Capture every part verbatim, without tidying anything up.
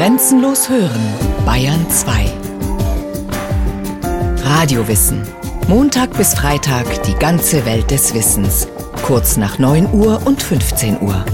Grenzenlos hören, Bayern zwei. Radiowissen. Montag bis Freitag die ganze Welt des Wissens. Kurz nach neun Uhr und fünfzehn Uhr.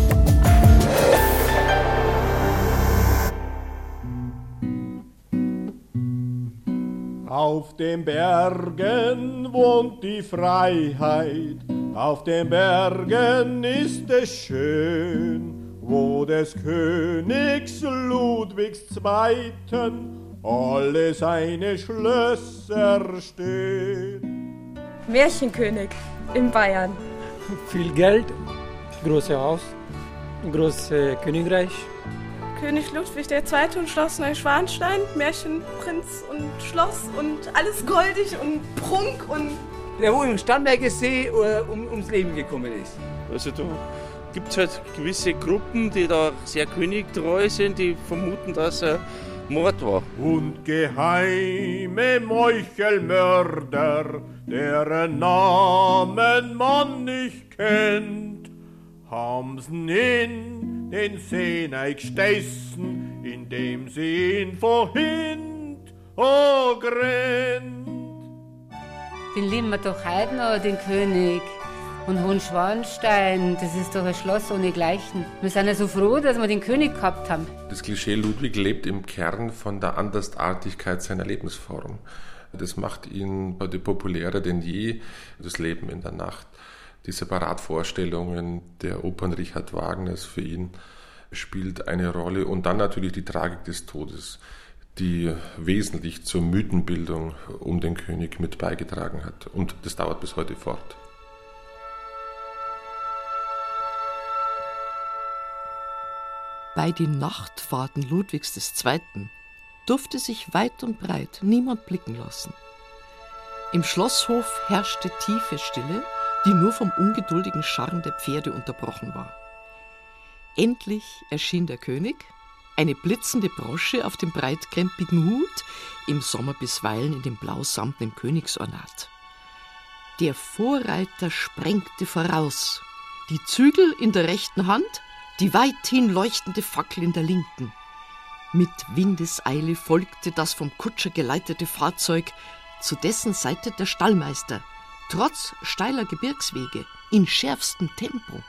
Auf den Bergen wohnt die Freiheit, auf den Bergen ist es schön, wo des Königs Ludwigs Zweiten alle seine Schlösser stehen. Märchenkönig in Bayern. Viel Geld, großes Haus, großes Königreich. König Ludwig der Zweite und Schloss Neuschwanstein, Märchenprinz und Schloss und alles goldig und Prunk und... Der wo im Starnberger See um, ums Leben gekommen ist. Also da gibt es halt gewisse Gruppen, die da sehr königtreu sind, die vermuten, dass er Mord war. Und geheime Meuchelmörder, deren Namen man nicht kennt, haben's in den See gestessen, indem sie ihn vorhin ogrennt. Den lieben wir doch heute noch, den König. Und Hohenschwanstein, das ist doch ein Schloss ohnegleichen. Wir sind ja so froh, dass wir den König gehabt haben. Das Klischee Ludwig lebt im Kern von der Andersartigkeit seiner Lebensform. Das macht ihn heute populärer denn je. Das Leben in der Nacht, die Separatvorstellungen der Opern Richard Wagners für ihn spielt eine Rolle. Und dann natürlich die Tragik des Todes, die wesentlich zur Mythenbildung um den König mit beigetragen hat. Und das dauert bis heute fort. Bei den Nachtfahrten Ludwigs des Zweiten durfte sich weit und breit niemand blicken lassen. Im Schlosshof herrschte tiefe Stille, die nur vom ungeduldigen Scharren der Pferde unterbrochen war. Endlich erschien der König, eine blitzende Brosche auf dem breitkrempigen Hut, im Sommer bisweilen in dem blausamtenen Königsornat. Der Vorreiter sprengte voraus, die Zügel in der rechten Hand, die weithin leuchtende Fackel in der linken. Mit Windeseile folgte das vom Kutscher geleitete Fahrzeug, zu dessen Seite der Stallmeister, trotz steiler Gebirgswege, in schärfstem Tempo.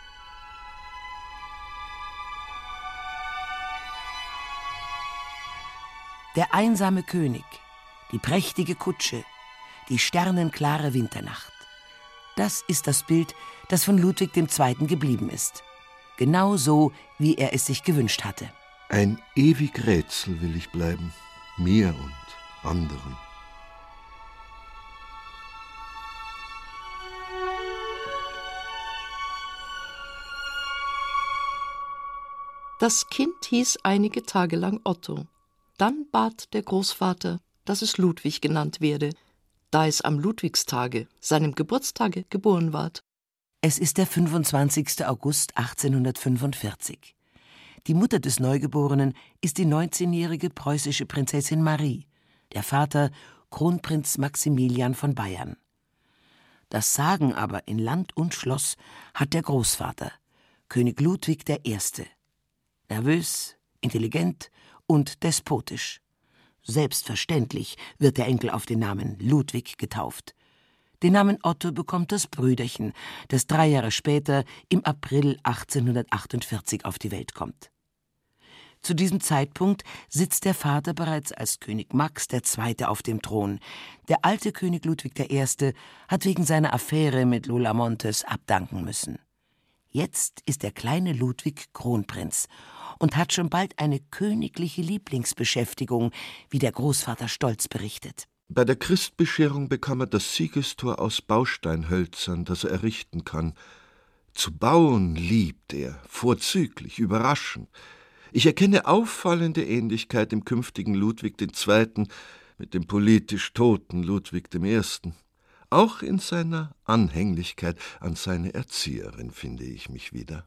Der einsame König, die prächtige Kutsche, die sternenklare Winternacht. Das ist das Bild, das von Ludwig der Zweite geblieben ist. Genau so, wie er es sich gewünscht hatte. Ein ewig Rätsel will ich bleiben, mir und anderen. Das Kind hieß einige Tage lang Otto. Dann bat der Großvater, dass es Ludwig genannt werde, da es am Ludwigstage, seinem Geburtstage, geboren ward. Es ist der fünfundzwanzigster August achtzehnhundertfünfundvierzig. Die Mutter des Neugeborenen ist die neunzehnjährige preußische Prinzessin Marie, der Vater Kronprinz Maximilian von Bayern. Das Sagen aber in Land und Schloss hat der Großvater, König Ludwig der Erste. Nervös, intelligent und despotisch. Selbstverständlich wird der Enkel auf den Namen Ludwig getauft. Den Namen Otto bekommt das Brüderchen, das drei Jahre später im April achtzehnhundertachtundvierzig auf die Welt kommt. Zu diesem Zeitpunkt sitzt der Vater bereits als König Max der Zweite auf dem Thron. Der alte König Ludwig der Erste hat wegen seiner Affäre mit Lola Montes abdanken müssen. Jetzt ist der kleine Ludwig Kronprinz und hat schon bald eine königliche Lieblingsbeschäftigung, wie der Großvater stolz berichtet. Bei der Christbescherung bekam er das Siegestor aus Bausteinhölzern, das er errichten kann. Zu bauen liebt er, vorzüglich, überraschend. Ich erkenne auffallende Ähnlichkeit im künftigen Ludwig der Zweite mit dem politisch toten Ludwig der Erste Auch in seiner Anhänglichkeit an seine Erzieherin finde ich mich wieder.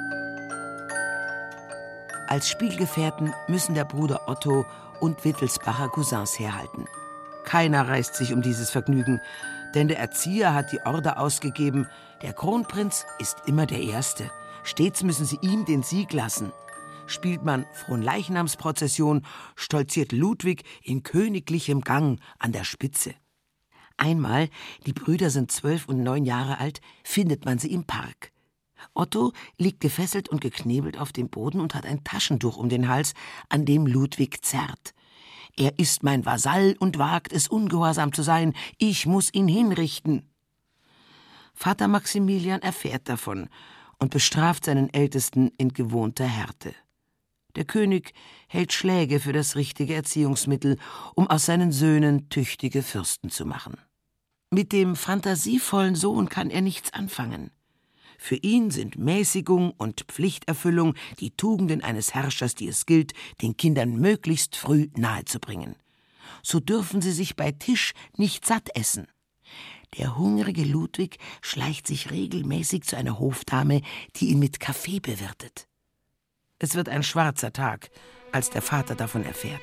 Als Spielgefährten müssen der Bruder Otto und Wittelsbacher Cousins herhalten. Keiner reißt sich um dieses Vergnügen, denn der Erzieher hat die Order ausgegeben, der Kronprinz ist immer der Erste. Stets müssen sie ihm den Sieg lassen. spielt man Fronleichnamsprozession, stolziert Ludwig in königlichem Gang an der Spitze. Einmal, die Brüder sind zwölf und neun Jahre alt, findet man sie im Park. Otto liegt gefesselt und geknebelt auf dem Boden und hat ein Taschentuch um den Hals, an dem Ludwig zerrt. Er ist mein Vasall und wagt es, ungehorsam zu sein. Ich muss ihn hinrichten. Vater Maximilian erfährt davon und bestraft seinen Ältesten in gewohnter Härte. Der König hält Schläge für das richtige Erziehungsmittel, um aus seinen Söhnen tüchtige Fürsten zu machen. Mit dem fantasievollen Sohn kann er nichts anfangen. Für ihn sind Mäßigung und Pflichterfüllung die Tugenden eines Herrschers, die es gilt, den Kindern möglichst früh nahezubringen. So dürfen sie sich bei Tisch nicht satt essen. Der hungrige Ludwig schleicht sich regelmäßig zu einer Hofdame, die ihn mit Kaffee bewirtet. Es wird ein schwarzer Tag, als der Vater davon erfährt.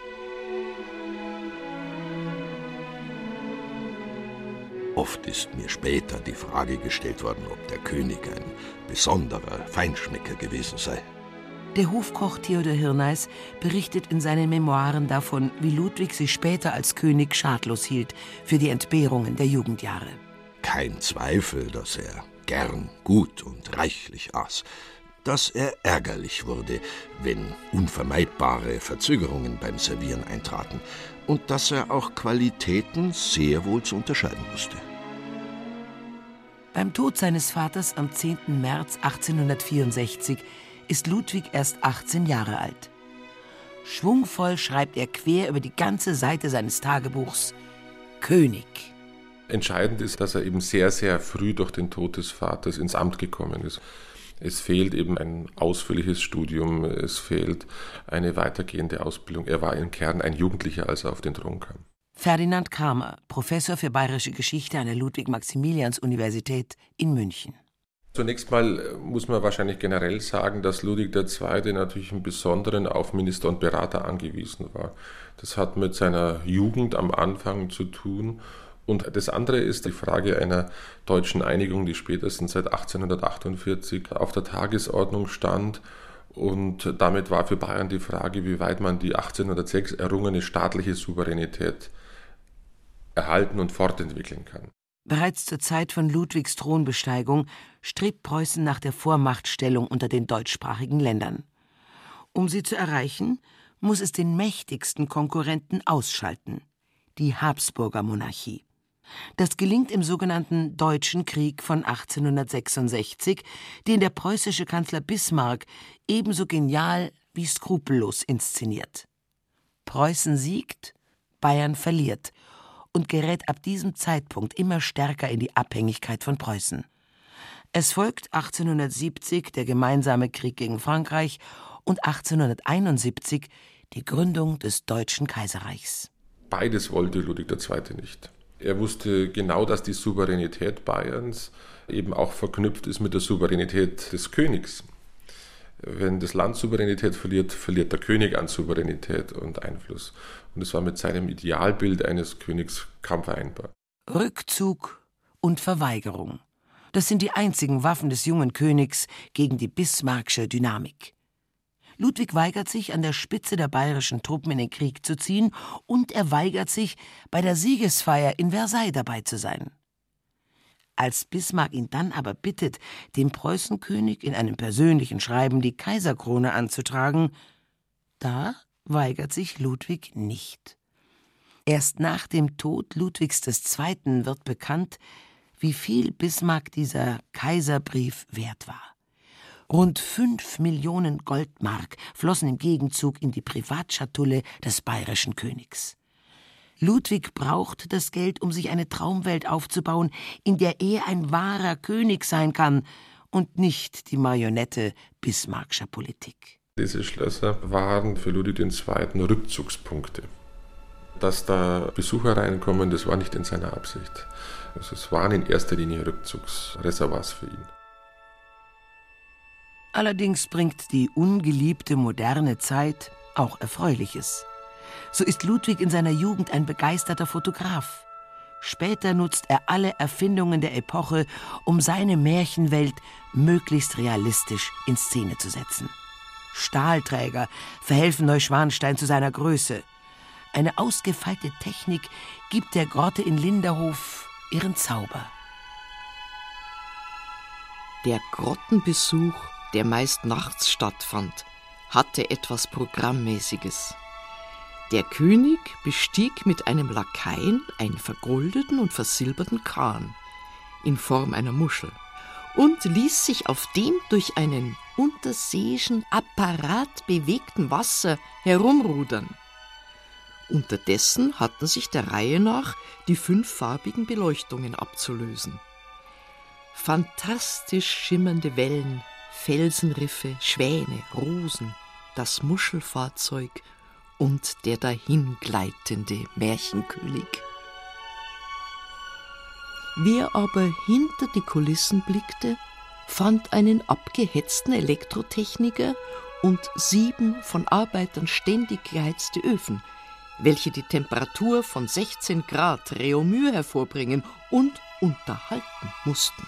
Oft ist mir später die Frage gestellt worden, ob der König ein besonderer Feinschmecker gewesen sei. Der Hofkoch Theodor Hirneis berichtet in seinen Memoiren davon, wie Ludwig sich später als König schadlos hielt für die Entbehrungen der Jugendjahre. Kein Zweifel, dass er gern, gut und reichlich aß, dass er ärgerlich wurde, wenn unvermeidbare Verzögerungen beim Servieren eintraten, und dass er auch Qualitäten sehr wohl zu unterscheiden wusste. Beim Tod seines Vaters am zehnten März achtzehnhundertvierundsechzig ist Ludwig erst achtzehn Jahre alt. Schwungvoll schreibt er quer über die ganze Seite seines Tagebuchs: König. Entscheidend ist, dass er eben sehr, sehr früh durch den Tod des Vaters ins Amt gekommen ist. Es fehlt eben ein ausführliches Studium, es fehlt eine weitergehende Ausbildung. Er war im Kern ein Jugendlicher, als er auf den Thron kam. Ferdinand Kramer, Professor für Bayerische Geschichte an der Ludwig-Maximilians-Universität in München. Zunächst mal muss man wahrscheinlich generell sagen, dass Ludwig der Zweite natürlich im Besonderen auf Minister und Berater angewiesen war. Das hat mit seiner Jugend am Anfang zu tun. Und das andere ist die Frage einer deutschen Einigung, die spätestens seit achtzehnhundertachtundvierzig auf der Tagesordnung stand. Und damit war für Bayern die Frage, wie weit man die achtzehnhundertsechs errungene staatliche Souveränität erhalten und fortentwickeln kann. Bereits zur Zeit von Ludwigs Thronbesteigung strebt Preußen nach der Vormachtstellung unter den deutschsprachigen Ländern. Um sie zu erreichen, muss es den mächtigsten Konkurrenten ausschalten: die Habsburger Monarchie. Das gelingt im sogenannten Deutschen Krieg von achtzehnhundertsechsundsechzig, den der preußische Kanzler Bismarck ebenso genial wie skrupellos inszeniert. Preußen siegt, Bayern verliert und gerät ab diesem Zeitpunkt immer stärker in die Abhängigkeit von Preußen. Es folgt achtzehnhundertsiebzig der gemeinsame Krieg gegen Frankreich und achtzehnhunderteinundsiebzig die Gründung des Deutschen Kaiserreichs. Beides wollte Ludwig der Zweite nicht. Er wusste genau, dass die Souveränität Bayerns eben auch verknüpft ist mit der Souveränität des Königs. Wenn das Land Souveränität verliert, verliert der König an Souveränität und Einfluss. Und es war mit seinem Idealbild eines Königs kaum vereinbar. Rückzug und Verweigerung. Das sind die einzigen Waffen des jungen Königs gegen die bismarcksche Dynamik. Ludwig weigert sich, an der Spitze der bayerischen Truppen in den Krieg zu ziehen, und er weigert sich, bei der Siegesfeier in Versailles dabei zu sein. Als Bismarck ihn dann aber bittet, dem Preußenkönig in einem persönlichen Schreiben die Kaiserkrone anzutragen, da weigert sich Ludwig nicht. Erst nach dem Tod Ludwigs des Zweiten wird bekannt, wie viel Bismarck dieser Kaiserbrief wert war. Rund fünf Millionen Goldmark flossen im Gegenzug in die Privatschatulle des bayerischen Königs. Ludwig braucht das Geld, um sich eine Traumwelt aufzubauen, in der er ein wahrer König sein kann und nicht die Marionette bismarckscher Politik. Diese Schlösser waren für Ludwig der Zweite Rückzugspunkte. Dass da Besucher reinkommen, das war nicht in seiner Absicht. Also es waren in erster Linie Rückzugsreservoirs für ihn. Allerdings bringt die ungeliebte moderne Zeit auch Erfreuliches. So ist Ludwig in seiner Jugend ein begeisterter Fotograf. Später nutzt er alle Erfindungen der Epoche, um seine Märchenwelt möglichst realistisch in Szene zu setzen. Stahlträger verhelfen Neuschwanstein zu seiner Größe. Eine ausgefeilte Technik gibt der Grotte in Linderhof ihren Zauber. Der Grottenbesuch, der meist nachts stattfand, hatte etwas Programmmäßiges. Der König bestieg mit einem Lakaien einen vergoldeten und versilberten Kahn in Form einer Muschel und ließ sich auf dem durch einen unterseeischen Apparat bewegten Wasser herumrudern. Unterdessen hatten sich der Reihe nach die fünffarbigen Beleuchtungen abzulösen. Fantastisch schimmernde Wellen, Felsenriffe, Schwäne, Rosen, das Muschelfahrzeug und der dahingleitende Märchenkönig. Wer aber hinter die Kulissen blickte, fand einen abgehetzten Elektrotechniker und sieben von Arbeitern ständig geheizte Öfen, welche die Temperatur von sechzehn Grad Reaumur hervorbringen und unterhalten mussten.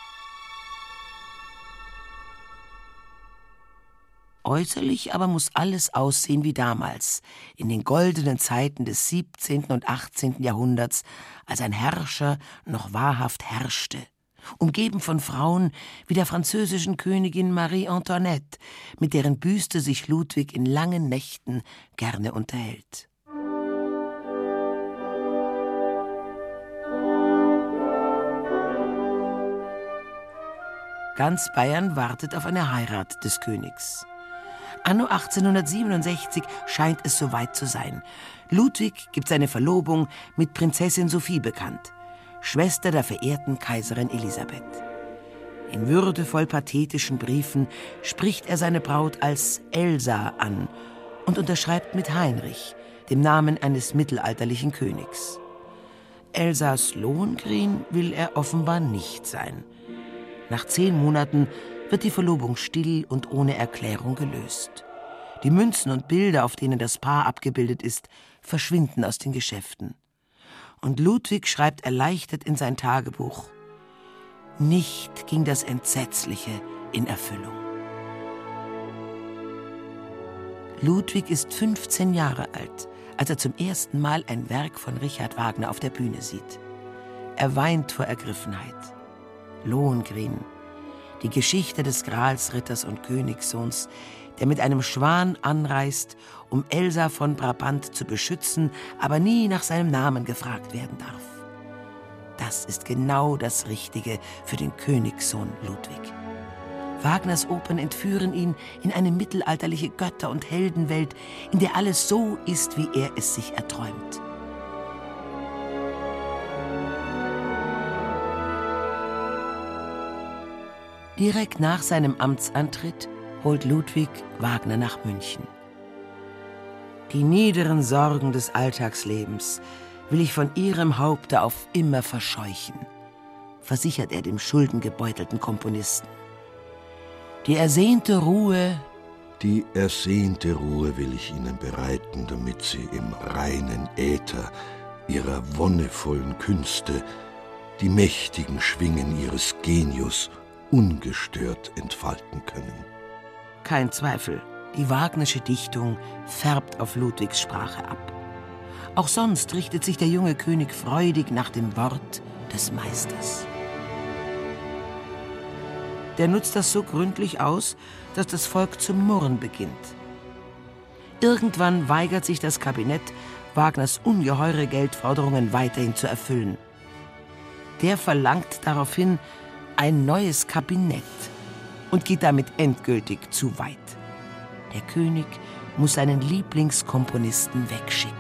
Äußerlich aber muss alles aussehen wie damals, in den goldenen Zeiten des siebzehnten und achtzehnten Jahrhunderts, als ein Herrscher noch wahrhaft herrschte, umgeben von Frauen wie der französischen Königin Marie Antoinette, mit deren Büste sich Ludwig in langen Nächten gerne unterhält. Ganz Bayern wartet auf eine Heirat des Königs. Anno achtzehnhundertsiebenundsechzig scheint es soweit zu sein. Ludwig gibt seine Verlobung mit Prinzessin Sophie bekannt, Schwester der verehrten Kaiserin Elisabeth. In würdevoll pathetischen Briefen spricht er seine Braut als Elsa an und unterschreibt mit Heinrich, dem Namen eines mittelalterlichen Königs. Elsas Lohengrin will er offenbar nicht sein. Nach zehn Monaten wird die Verlobung still und ohne Erklärung gelöst. Die Münzen und Bilder, auf denen das Paar abgebildet ist, verschwinden aus den Geschäften. Und Ludwig schreibt erleichtert in sein Tagebuch: Nicht ging das Entsetzliche in Erfüllung. Ludwig ist fünfzehn Jahre alt, als er zum ersten Mal ein Werk von Richard Wagner auf der Bühne sieht. Er weint vor Ergriffenheit. Lohengrin, die Geschichte des Gralsritters und Königssohns, der mit einem Schwan anreist, um Elsa von Brabant zu beschützen, aber nie nach seinem Namen gefragt werden darf. Das ist genau das Richtige für den Königssohn Ludwig. Wagners Opern entführen ihn in eine mittelalterliche Götter- und Heldenwelt, in der alles so ist, wie er es sich erträumt. Direkt nach seinem Amtsantritt holt Ludwig Wagner nach München. Die niederen Sorgen des Alltagslebens will ich von ihrem Haupte auf immer verscheuchen, versichert er dem schuldengebeutelten Komponisten. Die ersehnte Ruhe, die ersehnte Ruhe will ich ihnen bereiten, damit sie im reinen Äther ihrer wonnevollen Künste die mächtigen Schwingen ihres Genius ungestört entfalten können. Kein Zweifel, die Wagnersche Dichtung färbt auf Ludwigs Sprache ab. Auch sonst richtet sich der junge König freudig nach dem Wort des Meisters. Der nutzt das so gründlich aus, dass das Volk zu murren beginnt. Irgendwann weigert sich das Kabinett, Wagners ungeheure Geldforderungen weiterhin zu erfüllen. Der verlangt daraufhin ein neues Kabinett und geht damit endgültig zu weit. Der König muss seinen Lieblingskomponisten wegschicken.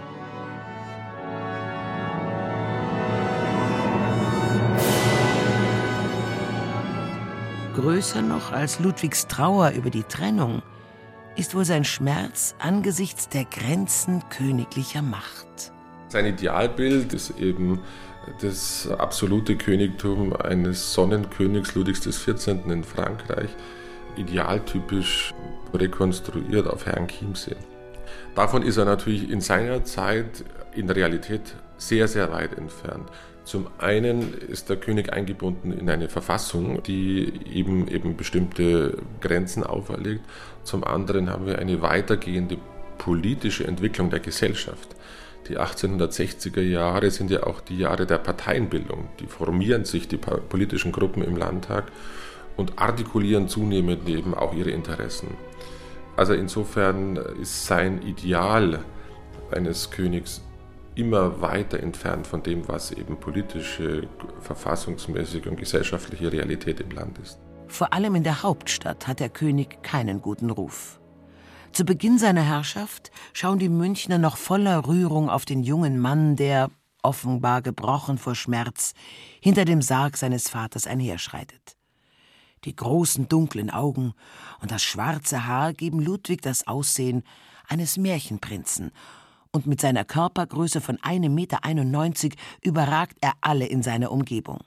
Größer noch als Ludwigs Trauer über die Trennung ist wohl sein Schmerz angesichts der Grenzen königlicher Macht. Sein Idealbild ist eben das absolute Königtum eines Sonnenkönigs Ludwigs des vierzehnten in Frankreich, idealtypisch rekonstruiert auf Herrenchiemsee. Davon ist er natürlich in seiner Zeit in der Realität sehr, sehr weit entfernt. Zum einen ist der König eingebunden in eine Verfassung, die eben, eben bestimmte Grenzen auferlegt. Zum anderen haben wir eine weitergehende politische Entwicklung der Gesellschaft. Die achtzehnhundertsechziger Jahre sind ja auch die Jahre der Parteienbildung. Die formieren sich, die politischen Gruppen im Landtag, und artikulieren zunehmend eben auch ihre Interessen. Also insofern ist sein Ideal eines Königs immer weiter entfernt von dem, was eben politische, verfassungsmäßige und gesellschaftliche Realität im Land ist. Vor allem in der Hauptstadt hat der König keinen guten Ruf. Zu Beginn seiner Herrschaft schauen die Münchner noch voller Rührung auf den jungen Mann, der, offenbar gebrochen vor Schmerz, hinter dem Sarg seines Vaters einherschreitet. Die großen dunklen Augen und das schwarze Haar geben Ludwig das Aussehen eines Märchenprinzen, und mit seiner Körpergröße von einem Meter einundneunzig überragt er alle in seiner Umgebung.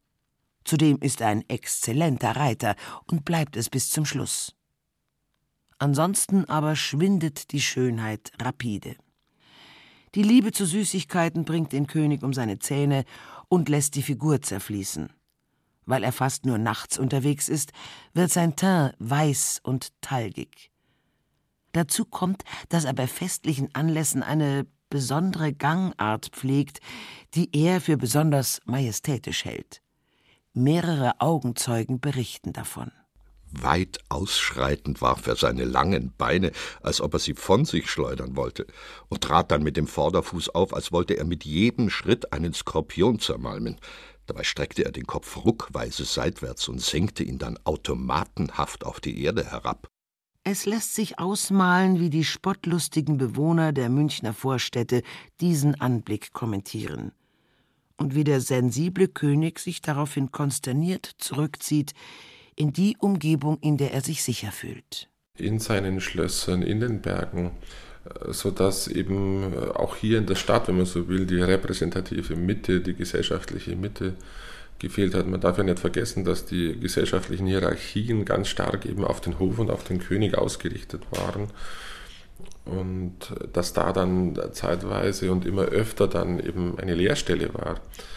Zudem ist er ein exzellenter Reiter und bleibt es bis zum Schluss. Ansonsten aber schwindet die Schönheit rapide. Die Liebe zu Süßigkeiten bringt den König um seine Zähne und lässt die Figur zerfließen. Weil er fast nur nachts unterwegs ist, wird sein Teint weiß und talgig. Dazu kommt, dass er bei festlichen Anlässen eine besondere Gangart pflegt, die er für besonders majestätisch hält. Mehrere Augenzeugen berichten davon. Weit ausschreitend warf er seine langen Beine, als ob er sie von sich schleudern wollte, und trat dann mit dem Vorderfuß auf, als wollte er mit jedem Schritt einen Skorpion zermalmen. Dabei streckte er den Kopf ruckweise seitwärts und senkte ihn dann automatenhaft auf die Erde herab. Es lässt sich ausmalen, wie die spottlustigen Bewohner der Münchner Vorstädte diesen Anblick kommentieren und wie der sensible König sich daraufhin konsterniert zurückzieht in die Umgebung, in der er sich sicher fühlt. In seinen Schlössern, in den Bergen, sodass eben auch hier in der Stadt, wenn man so will, die repräsentative Mitte, die gesellschaftliche Mitte gefehlt hat. Man darf ja nicht vergessen, dass die gesellschaftlichen Hierarchien ganz stark eben auf den Hof und auf den König ausgerichtet waren und dass da dann zeitweise und immer öfter dann eben eine Leerstelle war,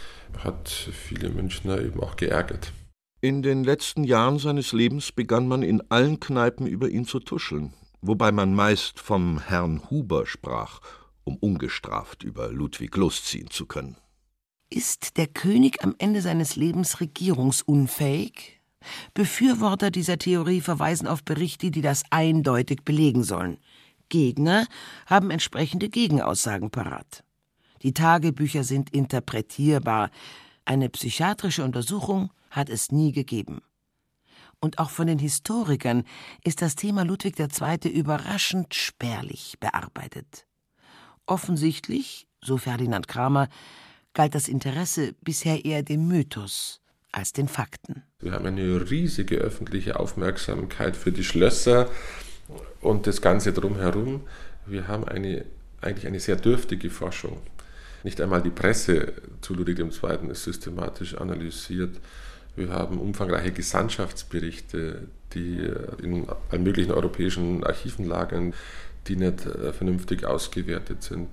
hat viele Münchner eben auch geärgert. In den letzten Jahren seines Lebens begann man in allen Kneipen über ihn zu tuscheln, wobei man meist vom Herrn Huber sprach, um ungestraft über Ludwig losziehen zu können. Ist der König am Ende seines Lebens regierungsunfähig? Befürworter dieser Theorie verweisen auf Berichte, die das eindeutig belegen sollen. Gegner haben entsprechende Gegenaussagen parat. Die Tagebücher sind interpretierbar. Eine psychiatrische Untersuchung hat es nie gegeben. Und auch von den Historikern ist das Thema Ludwig der Zweite überraschend spärlich bearbeitet. Offensichtlich, so Ferdinand Kramer, galt das Interesse bisher eher dem Mythos als den Fakten. Wir haben eine riesige öffentliche Aufmerksamkeit für die Schlösser und das Ganze drumherum. Wir haben eine, eigentlich eine sehr dürftige Forschung. Nicht einmal die Presse zu Ludwig der Zweite ist systematisch analysiert. Wir haben umfangreiche Gesandtschaftsberichte, die in allen möglichen europäischen Archiven lagern, die nicht vernünftig ausgewertet sind.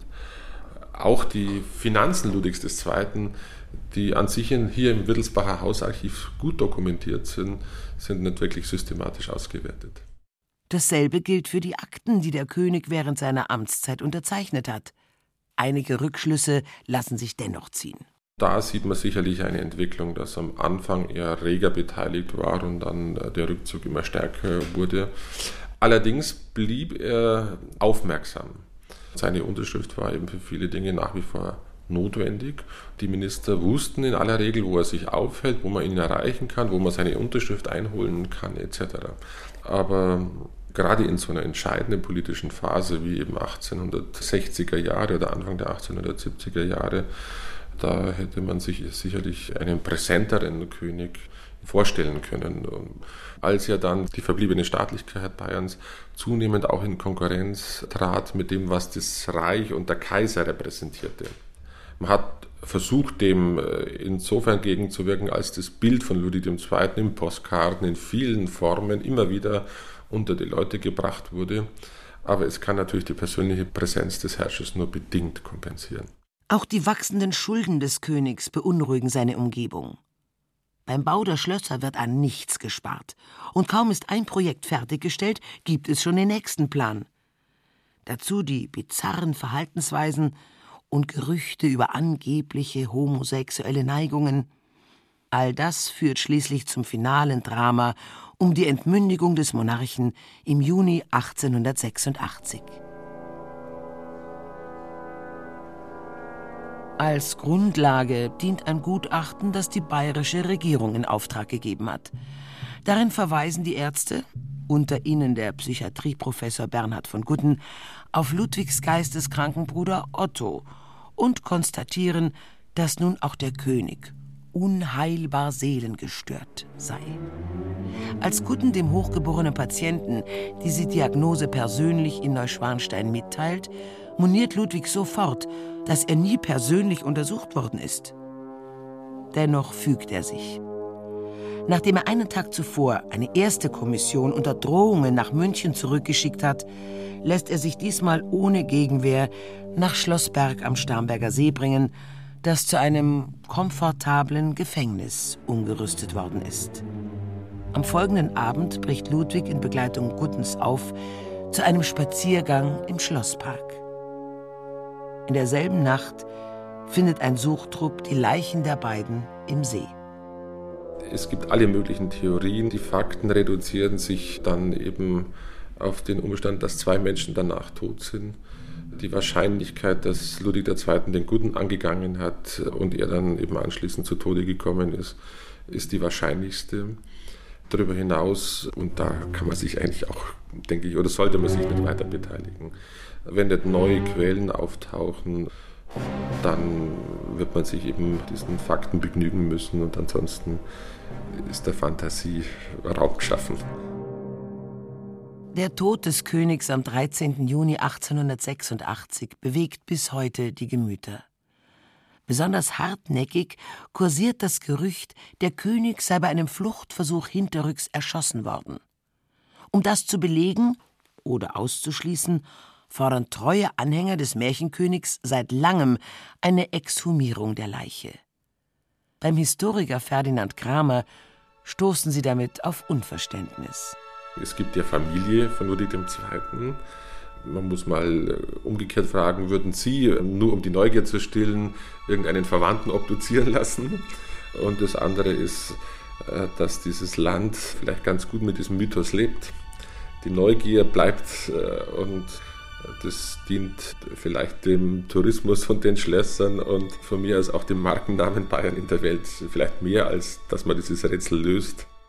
Auch die Finanzen Ludwigs des Zweiten, die an sich hier im Wittelsbacher Hausarchiv gut dokumentiert sind, sind nicht wirklich systematisch ausgewertet. Dasselbe gilt für die Akten, die der König während seiner Amtszeit unterzeichnet hat. Einige Rückschlüsse lassen sich dennoch ziehen. Da sieht man sicherlich eine Entwicklung, dass am Anfang er reger beteiligt war und dann der Rückzug immer stärker wurde. Allerdings blieb er aufmerksam. Seine Unterschrift war eben für viele Dinge nach wie vor notwendig. Die Minister wussten in aller Regel, wo er sich aufhält, wo man ihn erreichen kann, wo man seine Unterschrift einholen kann, et cetera. Aber gerade in so einer entscheidenden politischen Phase wie eben achtzehnhundertsechziger Jahre oder Anfang der achtzehnhundertsiebziger Jahre, da hätte man sich sicherlich einen präsenteren König vorstellen können. Als ja dann die verbliebene Staatlichkeit Bayerns zunehmend auch in Konkurrenz trat mit dem, was das Reich und der Kaiser repräsentierte. Man hat versucht, dem insofern gegenzuwirken, als das Bild von Ludwig der Zweite in Postkarten in vielen Formen immer wieder unter die Leute gebracht wurde. Aber es kann natürlich die persönliche Präsenz des Herrschers nur bedingt kompensieren. Auch die wachsenden Schulden des Königs beunruhigen seine Umgebung. Beim Bau der Schlösser wird an nichts gespart. Und kaum ist ein Projekt fertiggestellt, gibt es schon den nächsten Plan. Dazu die bizarren Verhaltensweisen und Gerüchte über angebliche homosexuelle Neigungen. All das führt schließlich zum finalen Drama um die Entmündigung des Monarchen im Juni achtzehnhundertsechsundachtzig. Als Grundlage dient ein Gutachten, das die bayerische Regierung in Auftrag gegeben hat. Darin verweisen die Ärzte, unter ihnen der Psychiatrieprofessor Bernhard von Gudden, auf Ludwigs geisteskranken Bruder Otto und konstatieren, dass nun auch der König unheilbar seelengestört sei. Als Gudden dem hochgeborenen Patienten diese Diagnose persönlich in Neuschwanstein mitteilt, moniert Ludwig sofort, dass er nie persönlich untersucht worden ist. Dennoch fügt er sich. Nachdem er einen Tag zuvor eine erste Kommission unter Drohungen nach München zurückgeschickt hat, lässt er sich diesmal ohne Gegenwehr nach Schlossberg am Starnberger See bringen, das zu einem komfortablen Gefängnis umgerüstet worden ist. Am folgenden Abend bricht Ludwig in Begleitung Guddens auf zu einem Spaziergang im Schlosspark. In derselben Nacht findet ein Suchtrupp die Leichen der beiden im See. Es gibt alle möglichen Theorien. Die Fakten reduzieren sich dann eben auf den Umstand, dass zwei Menschen danach tot sind. Die Wahrscheinlichkeit, dass Ludwig der Zweite den Gudden angegangen hat und er dann eben anschließend zu Tode gekommen ist, ist die wahrscheinlichste. Darüber hinaus, und da kann man sich eigentlich auch, denke ich, oder sollte man sich nicht weiter beteiligen. Wenn nicht neue Quellen auftauchen, dann wird man sich eben diesen Fakten begnügen müssen und ansonsten ist der Fantasie Raum geschaffen. Der Tod des Königs am dreizehnten Juni achtzehnhundertsechsundachtzig bewegt bis heute die Gemüter. Besonders hartnäckig kursiert das Gerücht, der König sei bei einem Fluchtversuch hinterrücks erschossen worden. Um das zu belegen oder auszuschließen, fordern treue Anhänger des Märchenkönigs seit langem eine Exhumierung der Leiche. Beim Historiker Ferdinand Kramer stoßen sie damit auf Unverständnis. Es gibt ja Familie von Ludwig der Zweite. Man muss mal umgekehrt fragen, würden Sie, nur um die Neugier zu stillen, irgendeinen Verwandten obduzieren lassen? Und das andere ist, dass dieses Land vielleicht ganz gut mit diesem Mythos lebt. Die Neugier bleibt und das dient vielleicht dem Tourismus von den Schlössern und von mir aus auch dem Markennamen Bayern in der Welt vielleicht mehr, als dass man dieses Rätsel löst.